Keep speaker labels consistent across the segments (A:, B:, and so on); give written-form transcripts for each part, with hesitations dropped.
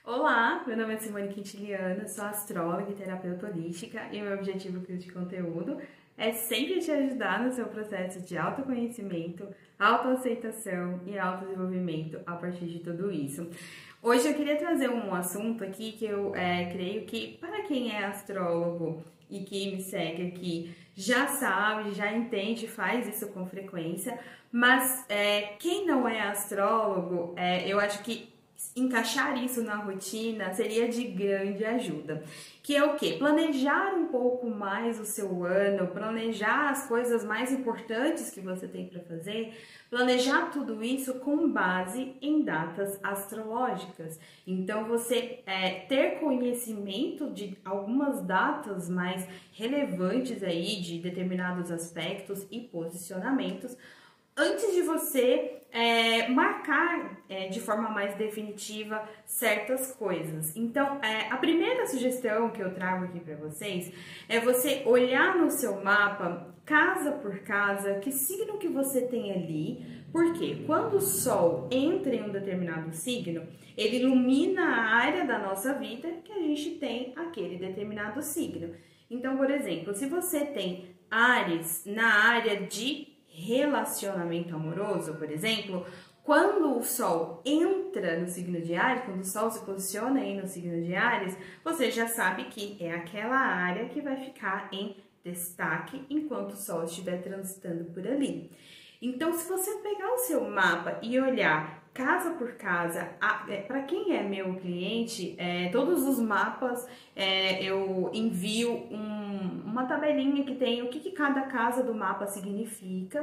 A: Olá, meu nome é Simone Quintiliano, sou astróloga e terapeuta holística e meu objetivo aqui de conteúdo é sempre te ajudar no seu processo de autoconhecimento, autoaceitação e autodesenvolvimento a partir de tudo isso. Hoje eu queria trazer um assunto aqui que eu creio que para quem é astrólogo e que me segue aqui já sabe, já entende, faz isso com frequência, mas quem não é astrólogo, eu acho que encaixar isso na rotina seria de grande ajuda. Que é o quê? Planejar um pouco mais o seu ano, planejar as coisas mais importantes que você tem para fazer, planejar tudo isso com base em datas astrológicas. Então, você ter conhecimento de algumas datas mais relevantes aí, de determinados aspectos e posicionamentos, antes de você marcar de forma mais definitiva certas coisas. Então, a primeira sugestão que eu trago aqui para vocês é você olhar no seu mapa, casa por casa, que signo que você tem ali, porque quando o Sol entra em um determinado signo, ele ilumina a área da nossa vida que a gente tem aquele determinado signo. Então, por exemplo, se você tem Áries na área de relacionamento amoroso, por exemplo, quando o Sol entra no signo de Áries, quando o Sol se posiciona aí no signo de Áries, você já sabe que é aquela área que vai ficar em destaque enquanto o Sol estiver transitando por ali. Então, se você pegar o seu mapa e olhar casa por casa, para quem é meu cliente, todos os mapas eu envio uma tabelinha que tem o que cada casa do mapa significa.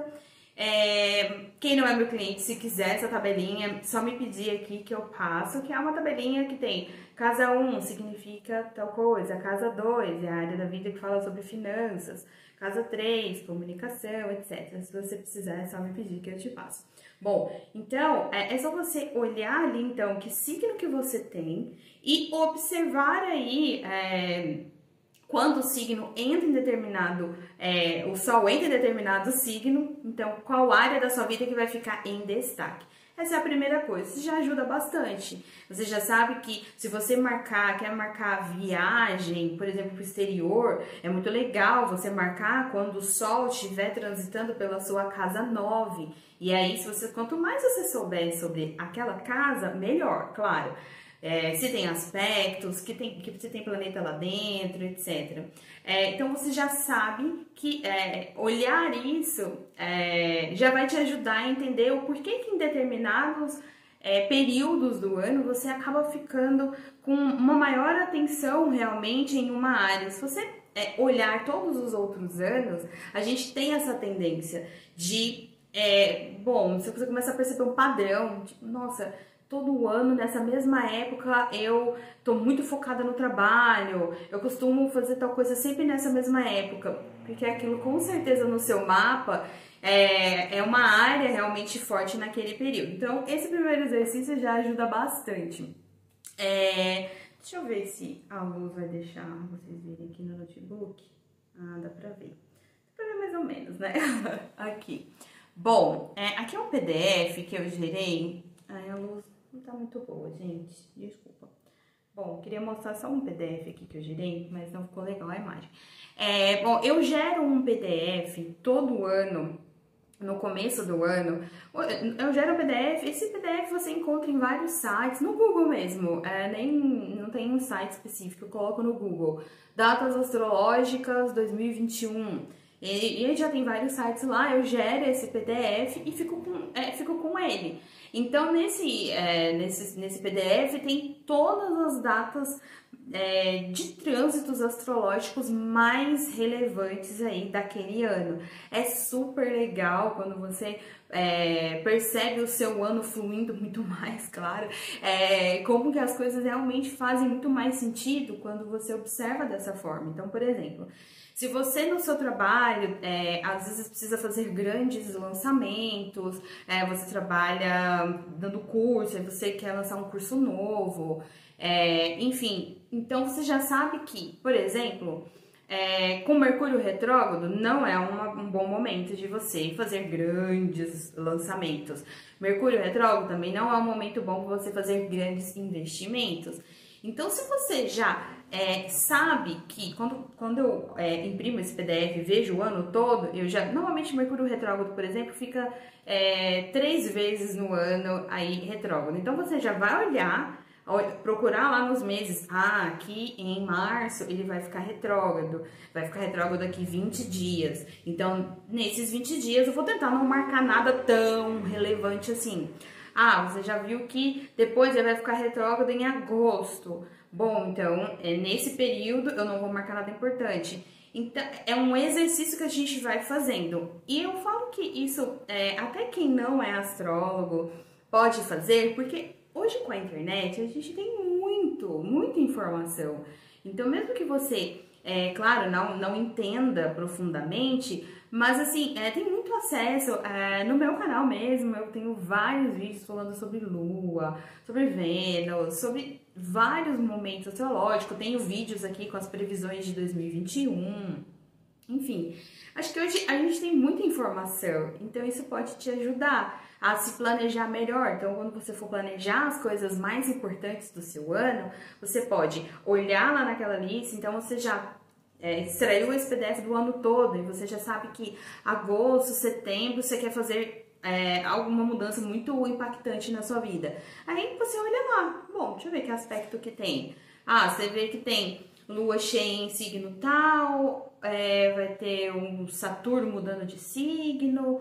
A: Quem não é meu cliente, se quiser essa tabelinha, só me pedir aqui que eu passo, que é uma tabelinha que tem casa 1 significa tal coisa, casa 2 é a área da vida que fala sobre finanças, casa 3, comunicação, etc. Se você precisar, é só me pedir que eu te passo. Bom, então, é só você olhar ali, então, que signo que você tem e observar aí quando o signo entra em determinado, o Sol entra em determinado signo, então, qual área da sua vida que vai ficar em destaque. Essa é a primeira coisa, isso já ajuda bastante. Você já sabe que se você quer marcar viagem, por exemplo, para o exterior, é muito legal você marcar quando o Sol estiver transitando pela sua casa 9. E aí, quanto mais você souber sobre aquela casa, melhor, claro. Se tem aspectos, que se tem planeta lá dentro, etc. Então, você já sabe que olhar isso já vai te ajudar a entender o porquê que em determinados períodos do ano você acaba ficando com uma maior atenção realmente em uma área. Se você olhar todos os outros anos, a gente tem essa tendência de, se você começa a perceber um padrão, tipo, nossa, todo ano, nessa mesma época, eu tô muito focada no trabalho, eu costumo fazer tal coisa sempre nessa mesma época, porque aquilo com certeza no seu mapa é uma área realmente forte naquele período. Então, esse primeiro exercício já ajuda bastante. Deixa eu ver se a luz vai deixar vocês verem aqui no notebook. Ah, dá pra ver. Dá pra ver mais ou menos, né? Aqui. Bom, aqui é um PDF que eu gerei. Ai, a luz não tá muito boa, gente. Desculpa. Bom, queria mostrar só um PDF aqui que eu gerei, mas não ficou legal a imagem. Bom, eu gero um PDF todo ano, no começo do ano. Eu gero um PDF, esse PDF você encontra em vários sites, no Google mesmo, não tem um site específico, eu coloco no Google. Datas astrológicas 2021. E ele já tem vários sites lá, eu gero esse PDF e fico com ele. Então, nesse PDF tem todas as datas de trânsitos astrológicos mais relevantes aí daquele ano. É super legal quando você percebe o seu ano fluindo muito mais, claro. Como que as coisas realmente fazem muito mais sentido quando você observa dessa forma. Então, por exemplo, se você no seu trabalho, às vezes precisa fazer grandes lançamentos, você trabalha dando curso, aí você quer lançar um curso novo, enfim, então você já sabe que, por exemplo, com Mercúrio retrógrado, não é um bom momento de você fazer grandes lançamentos. Mercúrio retrógrado também não é um momento bom para você fazer grandes investimentos. Então, se você já sabe que quando eu imprimo esse PDF e vejo o ano todo, normalmente Mercúrio retrógrado, por exemplo, fica 3 vezes no ano aí retrógrado. Então, você já vai olhar, procurar lá nos meses, aqui em março ele vai ficar retrógrado aqui 20 dias. Então, nesses 20 dias eu vou tentar não marcar nada tão relevante assim. Você já viu que depois ele vai ficar retrógrado em agosto. Bom, então, nesse período eu não vou marcar nada importante. Então, é um exercício que a gente vai fazendo. E eu falo que isso, até quem não é astrólogo pode fazer, porque hoje com a internet a gente tem muita informação. Então, mesmo que você, claro, não entenda profundamente, mas assim, tem muito acesso. No meu canal mesmo, eu tenho vários vídeos falando sobre Lua, sobre Vênus, sobre vários momentos astrológicos. Tenho vídeos aqui com as previsões de 2021. Enfim, acho que hoje a gente tem muita informação, então isso pode te ajudar a se planejar melhor. Então, quando você for planejar as coisas mais importantes do seu ano, você pode olhar lá naquela lista. Então, você já extraiu esse PDF do ano todo e você já sabe que agosto, setembro, você quer fazer alguma mudança muito impactante na sua vida. Aí você olha lá, bom, deixa eu ver que aspecto que tem. Você vê que tem Lua cheia em signo tal, vai ter um Saturno mudando de signo.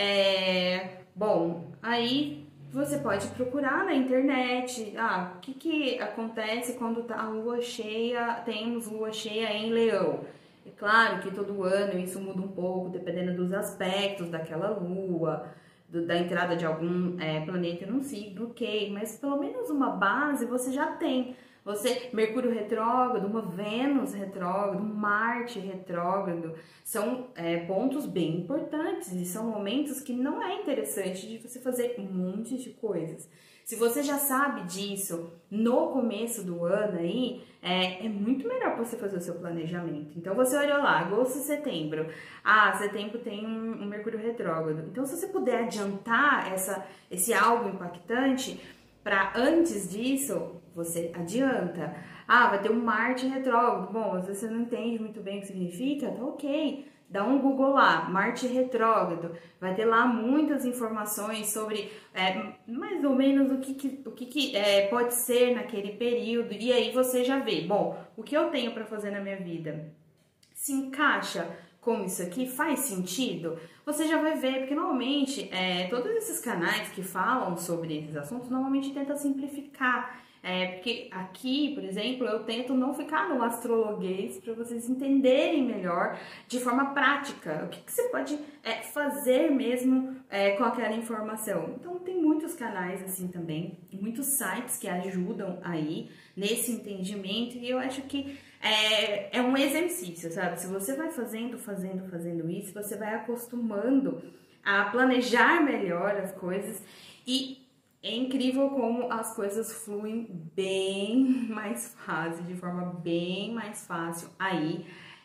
A: Bom, aí você pode procurar na internet, o que acontece quando tá a lua cheia, temos lua cheia em Leão. É claro que todo ano isso muda um pouco, dependendo dos aspectos daquela lua, da entrada de algum planeta num signo, ok, mas pelo menos uma base você já tem. Mercúrio retrógrado, uma Vênus retrógrado, um Marte retrógrado, são pontos bem importantes e são momentos que não é interessante de você fazer um monte de coisas. Se você já sabe disso no começo do ano aí, é muito melhor você fazer o seu planejamento. Então você olha lá, agosto e setembro. Setembro tem um Mercúrio retrógrado. Então se você puder adiantar esse algo impactante para antes disso, você adianta. Vai ter um Marte retrógrado. Bom, às vezes você não entende muito bem o que significa, tá ok. Dá um Google lá, Marte retrógrado. Vai ter lá muitas informações sobre mais ou menos o que pode ser naquele período. E aí você já vê, bom, o que eu tenho para fazer na minha vida se encaixa com isso aqui? Faz sentido? Você já vai ver, porque normalmente todos esses canais que falam sobre esses assuntos normalmente tentam simplificar. Porque aqui, por exemplo, eu tento não ficar no astrologuês para vocês entenderem melhor de forma prática o que você pode fazer mesmo com aquela informação. Então tem muitos canais assim também, muitos sites que ajudam aí nesse entendimento, e eu acho que é um exercício, sabe? Se você vai fazendo isso, você vai acostumando a planejar melhor as coisas, e é incrível como as coisas fluem bem mais fácil, de forma bem mais fácil aí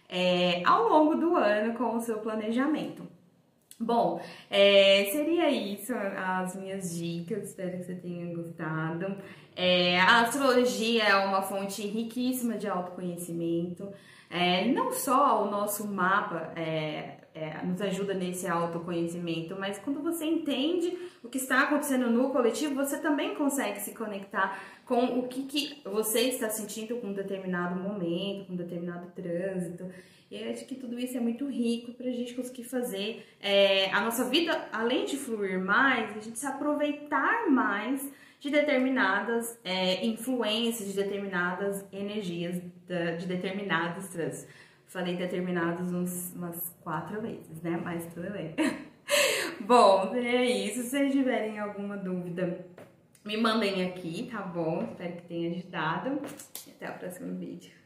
A: ao longo do ano com o seu planejamento. Bom, seria isso as minhas dicas, espero que você tenha gostado. A astrologia é uma fonte riquíssima de autoconhecimento, não só o nosso mapa nos ajuda nesse autoconhecimento, mas quando você entende o que está acontecendo no coletivo, você também consegue se conectar com o que você está sentindo com um determinado momento, com um determinado trânsito. E eu acho que tudo isso é muito rico para a gente conseguir fazer a nossa vida, além de fluir mais, a gente se aproveitar mais de determinadas influências, de determinadas energias, de determinados trânsitos. Falei determinados umas 4 vezes, né? Mas tudo bem. Bom, é isso. Se vocês tiverem alguma dúvida, me mandem aqui, tá bom? Espero que tenha ajudado. E até o próximo vídeo.